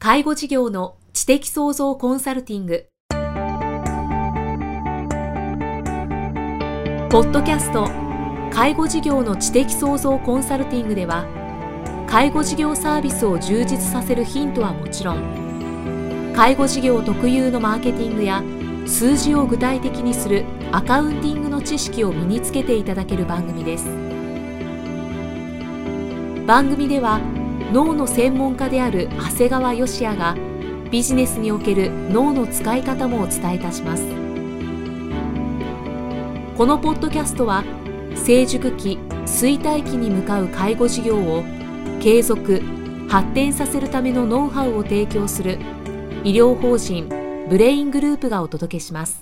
介護事業の知的創造コンサルティング。ポッドキャスト介護事業の知的創造コンサルティングでは、介護事業サービスを充実させるヒントはもちろん、介護事業特有のマーケティングや数字を具体的にするアカウンティングの知識を身につけていただける番組です。番組では脳の専門家である長谷川芳也がビジネスにおける脳の使い方もお伝えいたします。このポッドキャストは成熟期・衰退期に向かう介護事業を継続・発展させるためのノウハウを提供する医療法人ブレイングループがお届けします。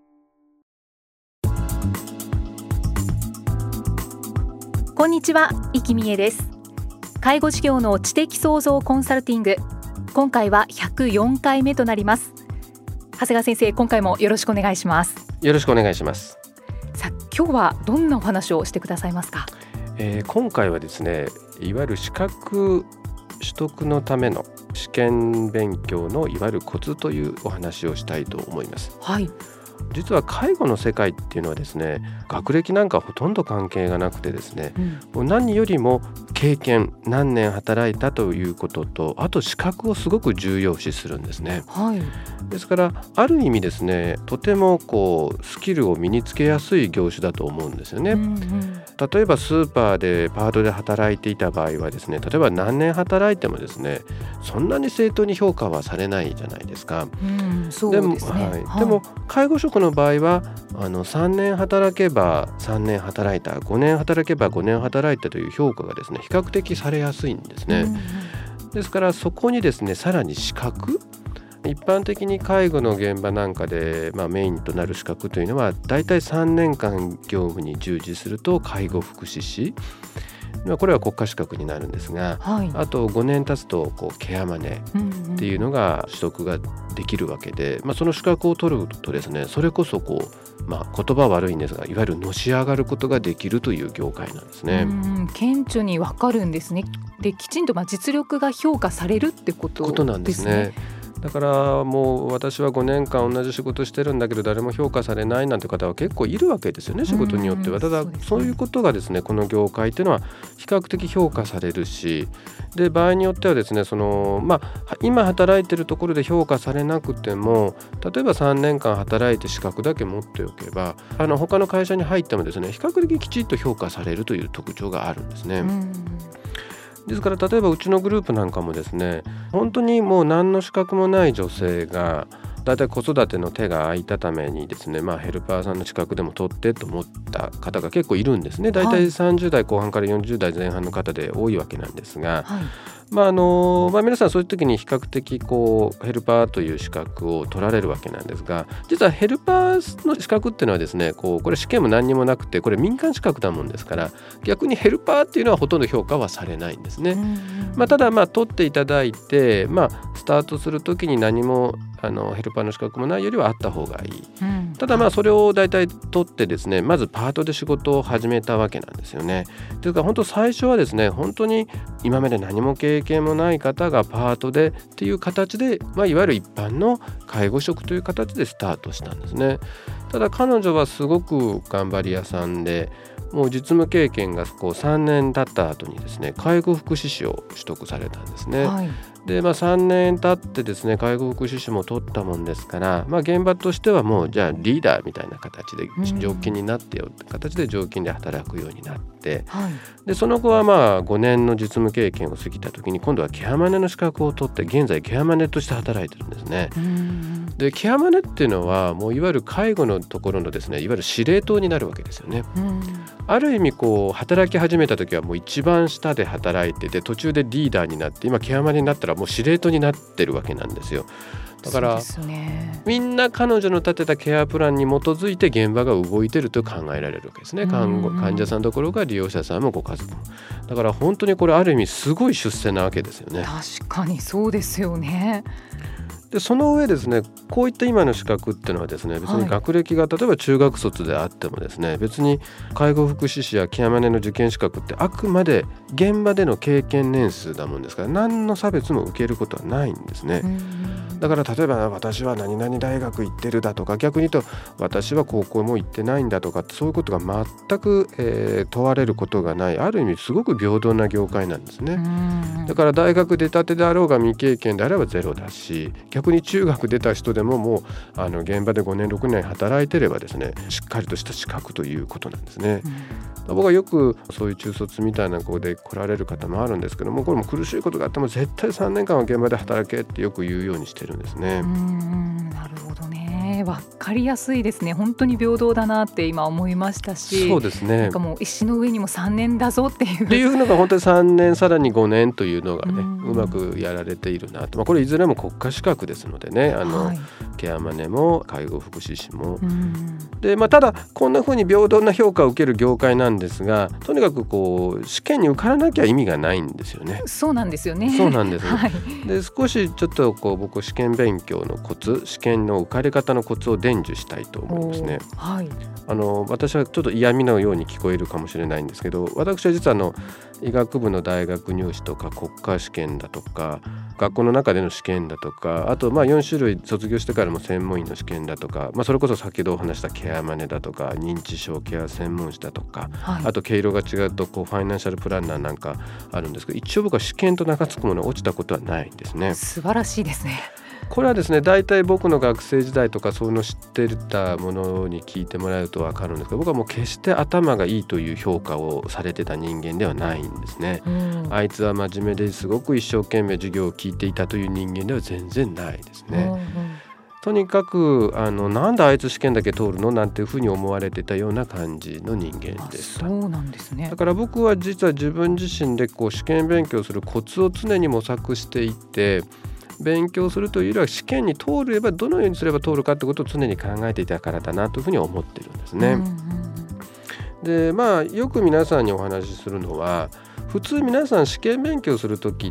こんにちは、生きみえです。介護事業の知的創造コンサルティング、今回は104回目となります。長谷川先生、今回もよろしくお願いします。 よろしくお願いします。 さあ、今日はどんなお話をしてくださいますか？ 今回はですね、いわゆる資格取得のための試験勉強のいわゆるコツというお話をしたいと思います。 はい。 実は介護の世界っていうのはですね、学歴なんかほとんど関係がなくてですね、もう何よりも経験、何年働いたということと、あと資格をすごく重要視するんですね。 はい。 ですからある意味ですね、とてもスキルを身につけやすい業種だと思うんですよね。例えばスーパーでパートで働いていた場合はですね、例えば何年働いてもですね、そんなに正当に評価はされないじゃないですか。 そうですね。 でも介護職の場合は3年働けば3年働いた、5年働けば5年働いたという評価がですね、比較的されやすいんですね。ですからそこにですね、さらに資格、一般的に介護の現場なんかで、メインとなる資格というのはだいたい3年間業務に従事すると介護福祉士、これは国家資格になるんですが、あと5年経つとケアマネっていうのが取得ができるわけで、その資格を取るとですね、それこそ言葉悪いんですが、いわゆるのし上がることができるという業界なんですね。 顕著に分かるんですね。で、きちんと実力が評価されるってことなんですね。だからもう私は5年間同じ仕事してるんだけど誰も評価されないなんて方は結構いるわけですよね、仕事によっては。ただそういうことがですね、この業界っていうのは比較的評価されるし、で場合によってはですね、今働いてるところで評価されなくても、例えば3年間働いて資格だけ持っておけば他の会社に入ってもですね、比較的きちっと評価されるという特徴があるんですね。ですから例えばうちのグループなんかもですね、本当にもう何の資格もない女性がだいたい子育ての手が空いたためにですね、ヘルパーさんの資格でも取ってと思った方が結構いるんですね。だいたい30代後半から40代前半の方で多いわけなんですが、皆さんそういう時に比較的ヘルパーという資格を取られるわけなんですが、実はヘルパーの資格っていうのはですね、これ試験も何にもなくて、これ民間資格だもんですから、逆にヘルパーっていうのはほとんど評価はされないんですね。ただ取っていただいて、スタートする時に何もヘルパーの資格もないよりはあった方がいい。ただそれをだいたい取ってですね、まずパートで仕事を始めたわけなんですよね。ですから本当最初はですね、本当に今まで何も経験もない方がパートでっていう形で、いわゆる一般の介護職という形でスタートしたんですね。ただ彼女はすごく頑張り屋さんで、もう実務経験が3年経った後にですね、介護福祉士を取得されたんですね。で3年経ってですね、介護福祉士も取ったもんですから、現場としてはもうじゃあリーダーみたいな形で常勤になってよって形で常勤で働くようになって、でその後は5年の実務経験を過ぎた時に今度はケアマネの資格を取って、現在ケアマネとして働いてるんですね。でケアマネっていうのはもういわゆる介護のところのですね、いわゆる司令塔になるわけですよね。ある意味働き始めた時はもう一番下で働いてて、途中でリーダーになって、今ケアマネになったらもう司令塔になってるわけなんですよ。だから、みんな彼女の立てたケアプランに基づいて現場が動いてると考えられるわけですね。患者さんどころか利用者さんもご家族も。だから本当にこれある意味すごい出世なわけですよね。 確かにそうですよね。 でその上ですね、こういった今の資格っていうのはですね、別に学歴が例えば中学卒であってもですね、別に介護福祉士やケアマネの受験資格ってあくまで現場での経験年数だもんですから、何の差別も受けることはないんですね。だから例えば私は何々大学行ってるだとか、逆に言うと私は高校も行ってないんだとか、そういうことが全く、問われることがない、ある意味すごく平等な業界なんですね。だから大学出たてであろうが未経験であればゼロだし、逆に中学出た人でももう現場で5年6年働いてればですね、しっかりとした資格ということなんですね。僕はよくそういう中卒みたいな子で来られる方もあるんですけども、これも苦しいことがあっても絶対3年間は現場で働けってよく言うようにしてるんですね。 なるほどね、分かりやすいですね。本当に平等だなって今思いましたし、 そうですね、 なんかもう石の上にも3年だぞっていうのが本当に3年さらに5年というのがね、うまくやられているなと。これいずれも国家資格ですのでね、ケアマネも介護福祉士もで、ただこんな風に平等な評価を受ける業界なんですが、とにかくこう試験に受からなきゃ意味がないんですよね。 そうなんですよね。 そうなんです、で少しちょっと僕試験勉強のコツ、試験の受かり方のコツを伝授したいと思いますね。私はちょっと嫌味のように聞こえるかもしれないんですけど、私は実は医学部の大学入試とか国家試験だとか学校の中での試験だとか、あと4種類卒業してからも専門医の試験だとか、それこそ先ほどお話したケアマネだとか認知症ケア専門士だとか、あと毛色が違うとファイナンシャルプランナーなんかあるんですけど、一応僕は試験と名が付くものは落ちたことはないんですね。 素晴らしいですね。 これはですね、大体僕の学生時代とかそういうの知ってたものに聞いてもらうと分かるんですけど、僕はもう決して頭がいいという評価をされてた人間ではないんですね。あいつは真面目ですごく一生懸命授業を聞いていたという人間では全然ないですね。とにかくなんであいつ試験だけ通るのなんていうふうに思われてたような感じの人間でした。 そうなんですね。 だから僕は実は自分自身で試験勉強するコツを常に模索していて、勉強するというよりは試験に通ればどのようにすれば通るかってことを常に考えていたからだなというふうに思っているんですね。でよく皆さんにお話しするのは、普通皆さん試験勉強するときって、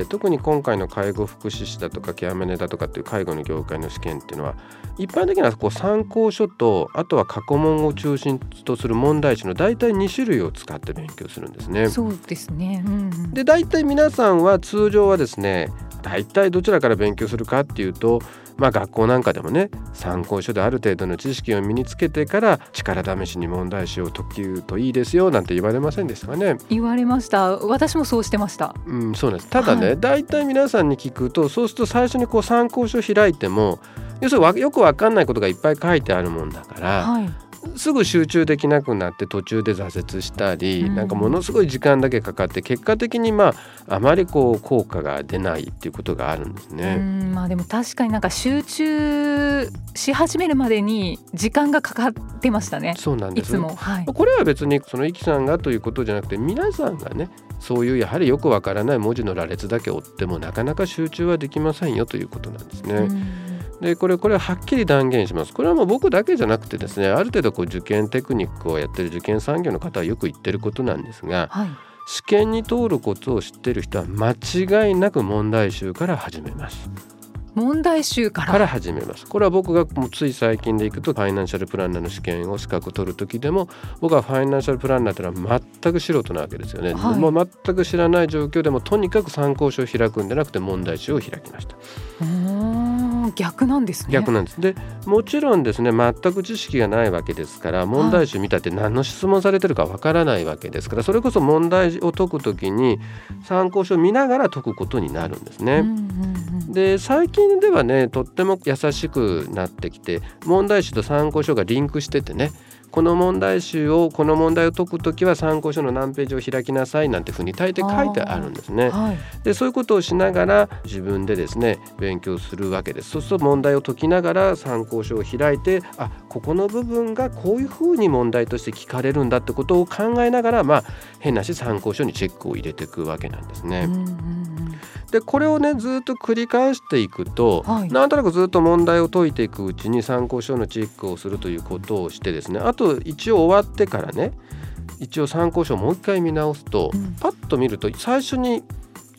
特に今回の介護福祉士だとかケアマネだとかっていう介護の業界の試験っていうのは、一般的な参考書と、あとは過去問を中心とする問題集の大体2種類を使って勉強するんですね。 そうですね。 で大体皆さんは通常はですね、大体どちらから勉強するかっていうと、学校なんかでもね、参考書である程度の知識を身につけてから力試しに問題集を解くといいですよなんて言われませんでしたかね。 言われました。私もそうしてました。 そうなんです。ただね、大体皆さんに聞くと、そうすると最初に参考書を開いても、要するによく分かんないことがいっぱい書いてあるもんだから、すぐ集中できなくなって途中で挫折したり、なんかものすごい時間だけかかって、結果的にあまり効果が出ないっていうことがあるんですね。 でも確かになんか集中し始めるまでに時間がかかってましたね。 そうなんです。 いつも、 これは別にそのイキさんがということじゃなくて、皆さんがね、そういうやはりよくわからない文字の羅列だけ追ってもなかなか集中はできませんよということなんですね。でこれははっきり断言します。これはもう僕だけじゃなくてですね、ある程度受験テクニックをやってる受験産業の方はよく言ってることなんですが、試験に通るコツを知っている人は間違いなく問題集から始めます。 問題集から始めます。これは僕がもうつい最近でいくと、ファイナンシャルプランナーの試験を資格取る時でも、僕はファイナンシャルプランナーというのは全く素人なわけですよね。もう全く知らない状況でもとにかく参考書を開くんでなくて問題集を開きました。 逆なんですね。 逆なんです。でもちろんですね、全く知識がないわけですから、問題集見たって何の質問されてるかわからないわけですから、それこそ問題を解くときに参考書を見ながら解くことになるんですね。で最近ではね、とっても優しくなってきて、問題集と参考書がリンクしててね、この問題集をこの問題を解くときは参考書の何ページを開きなさいなんてふうに大抵書いてあるんですね。でそういうことをしながら自分でですね勉強するわけです。そうすると問題を解きながら参考書を開いて、ここの部分がこういうふうに問題として聞かれるんだってことを考えながら、変なし参考書にチェックを入れていくわけなんですね。でこれをねずっと繰り返していくと、なんとなくずっと問題を解いていくうちに参考書のチェックをするということをしてですね、あと一応終わってからね、一応参考書をもう一回見直すと、パッと見ると最初に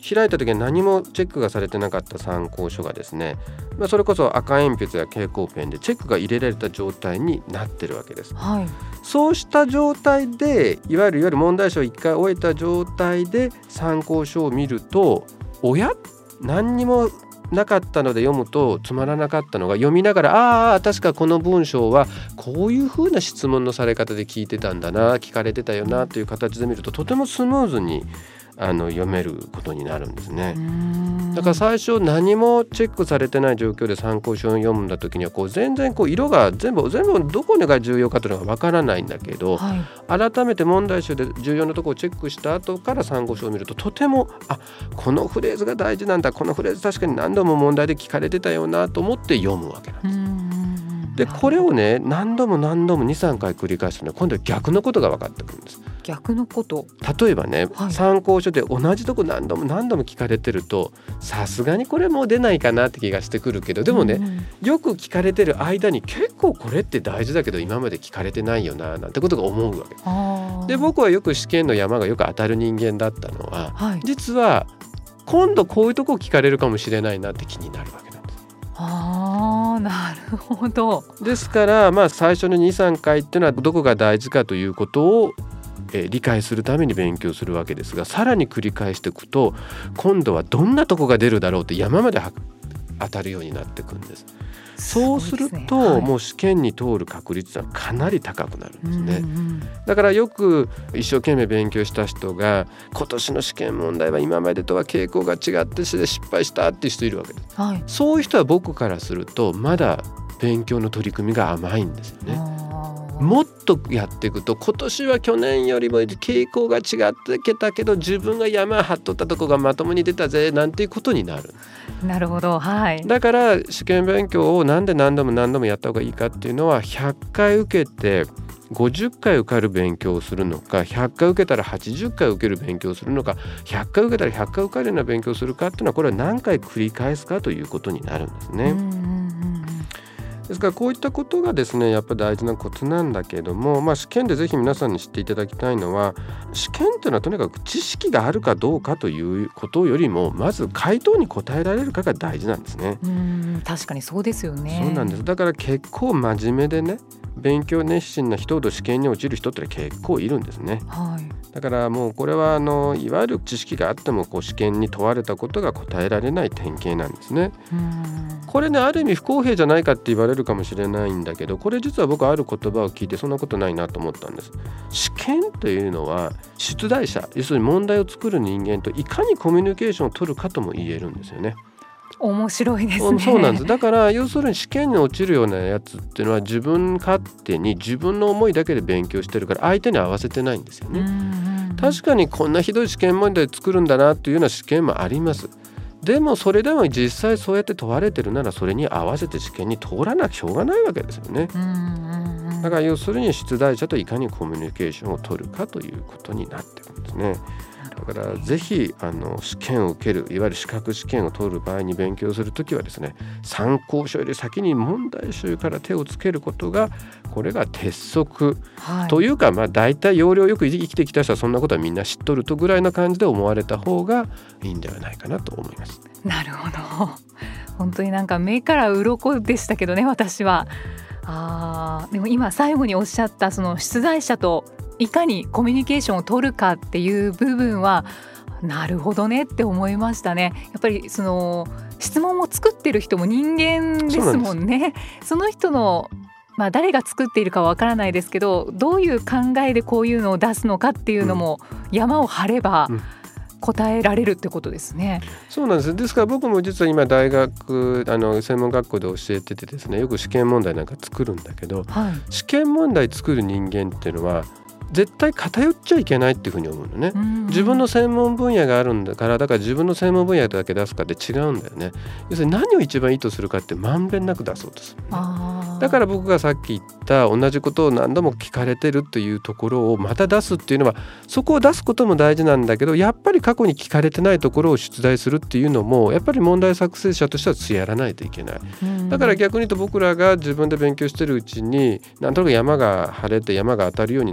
開いた時に何もチェックがされてなかった参考書がですね、それこそ赤鉛筆や蛍光ペンでチェックが入れられた状態になってるわけです、そうした状態でいわゆる問題集を1回終えた状態で参考書を見ると、何にもなかったので読むとつまらなかったのが、読みながら確かこの文章はこういうふうな質問のされ方で聞いてたんだな、聞かれてたよなという形で見ると、とてもスムーズに読めることになるんですね。だから最初何もチェックされてない状況で参考書を読んだ時には全然色が全部どこが重要かというのがわからないんだけど、改めて問題集で重要なところをチェックした後から参考書を見ると、とてもこのフレーズが大事なんだ、このフレーズ確かに何度も問題で聞かれてたよなと思って読むわけなんです。でこれをね何度も 2,3 回繰り返すとね、今度は逆のことが分かってくるんです。 逆のこと、 例えばね、参考書で同じとこ何度も聞かれてると、さすがにこれもう出ないかなって気がしてくるけど、でもね、よく聞かれてる間に結構これって大事だけど今まで聞かれてないよななんてことが思うわけで、僕はよく試験の山がよく当たる人間だったのは、実は今度こういうとこ聞かれるかもしれないなって気になるわけなんです。 なるほど。 ですから最初の 2,3 回っていうのはどこが大事かということを理解するために勉強するわけですが、さらに繰り返していくと今度はどんなとこが出るだろうって山まで当たるようになっていくんです。そうするともう試験に通る確率はかなり高くなるんですね。だからよく一生懸命勉強した人が今年の試験問題は今までとは傾向が違って失敗したっていう人いるわけです、そういう人は僕からするとまだ勉強の取り組みが甘いんですよね。もっとやっていくと今年は去年よりも傾向が違ってきたけど自分が山張っとったとこがまともに出たぜなんていうことになる。 なるほど、 だから試験勉強をなんで何度もやった方がいいかっていうのは、100回受けて50回受かる勉強をするのか、100回受けたら80回受ける勉強をするのか、100回受けたら100回受かるような勉強をするかっていうのは、これは何回繰り返すかということになるんですね。ですからこういったことがですねやっぱり大事なことなんだけれども、試験でぜひ皆さんに知っていただきたいのは、試験というのはとにかく知識があるかどうかということよりも、まず回答に答えられるかが大事なんですね。 確かにそうですよね。 そうなんです。だから結構真面目でね勉強熱心な人ほど試験に落ちる人って結構いるんですね。だからもうこれはいわゆる知識があっても試験に問われたことが答えられない典型なんですね。これねある意味不公平じゃないかって言われるかもしれないんだけど、これ実は僕ある言葉を聞いてそんなことないなと思ったんです。試験というのは出題者、要するに問題を作る人間といかにコミュニケーションを取るかとも言えるんですよね。 面白いですね。 そうなんです。だから要するに試験に落ちるようなやつっていうのは自分勝手に自分の思いだけで勉強してるから相手に合わせてないんですよね。確かにこんなひどい試験問題作るんだなというような試験もあります。でもそれでも実際そうやって問われてるならそれに合わせて試験に通らなきゃしょうがないわけですよね。だから要するに出題者といかにコミュニケーションを取るかということになってくるんですね。だからぜひ試験を受ける、いわゆる資格試験を取る場合に勉強するときはですね、参考書より先に問題集から手をつけることが、これが鉄則、というかだいたい要領よく生きてきた人はそんなことはみんな知っとるとぐらいな感じで思われた方がいいんではないかなと思います。 なるほど。本当に目から鱗でしたけどね、私は。でも今最後におっしゃったその出題者といかにコミュニケーションを取るかっていう部分はなるほどねって思いましたね。やっぱりその質問を作ってる人も人間ですもんね。その人の誰が作っているかはわからないですけど、どういう考えでこういうのを出すのかっていうのも山を張れば答えられるってことですね。 そうなんです。ですから僕も実は今大学専門学校で教えててですね、よく試験問題なんか作るんだけど、試験問題作る人間っていうのは絶対偏っちゃいけないっていうふうに思うのね。自分の専門分野があるんだから、だから自分の専門分野だけ出すかって違うんだよね。要するに何を一番いいとするかってまんべんなく出そうとする、だから僕がさっき言った同じことを何度も聞かれてるというところをまた出すっていうのは、そこを出すことも大事なんだけど、やっぱり過去に聞かれてないところを出題するっていうのもやっぱり問題作成者としてはやらないといけない。だから逆に言うと僕らが自分で勉強してるうちになんとなく山が晴れて山が当たるようになるっていうのは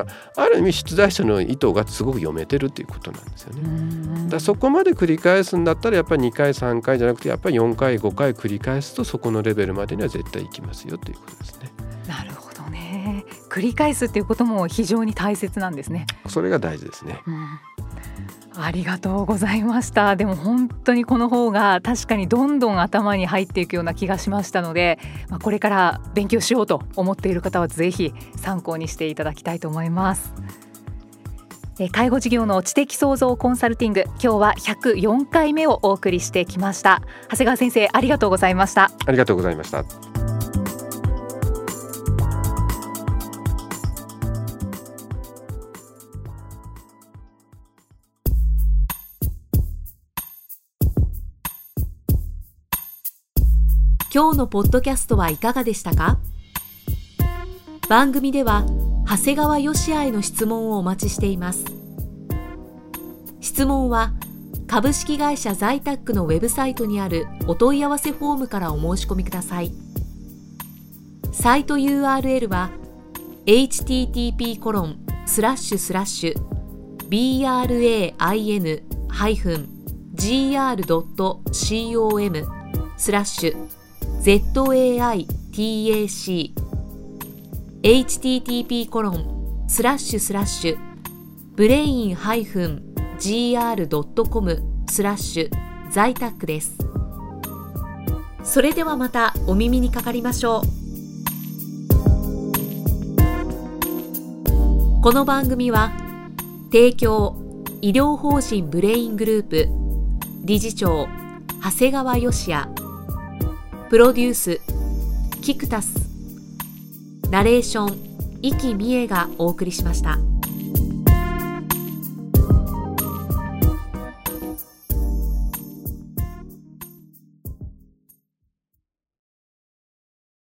のはある意味出題者の意図がすごく読めてるっていうことなんですよね。だからそこまで繰り返すんだったらやっぱり2回3回じゃなくてやっぱり4回5回繰り返すとそこのレベルまでには絶対いきますよということですね。 なるほどね。繰り返すっていうことも非常に大切なんですね。 それが大事ですね。 ありがとうございました。でも本当にこの方が確かにどんどん頭に入っていくような気がしましたので、これから勉強しようと思っている方はぜひ参考にしていただきたいと思います。介護事業の知的創造コンサルティング、今日は104回目をお送りしてきました。長谷川先生、ありがとうございました。 ありがとうございました。 今日のポッドキャストはいかがでしたか？番組では長谷川芳也への質問をお待ちしています。質問は株式会社在宅のウェブサイトにあるお問い合わせフォームからお申し込みください。サイト URL は http://brain-brain-gr.com/在宅です。それではまたお耳にかかりましょう。この番組は提供医療法人ブレイングループ理事長長谷川芳也、プロデュースキクタス、ナレーション生きみえがお送りしました。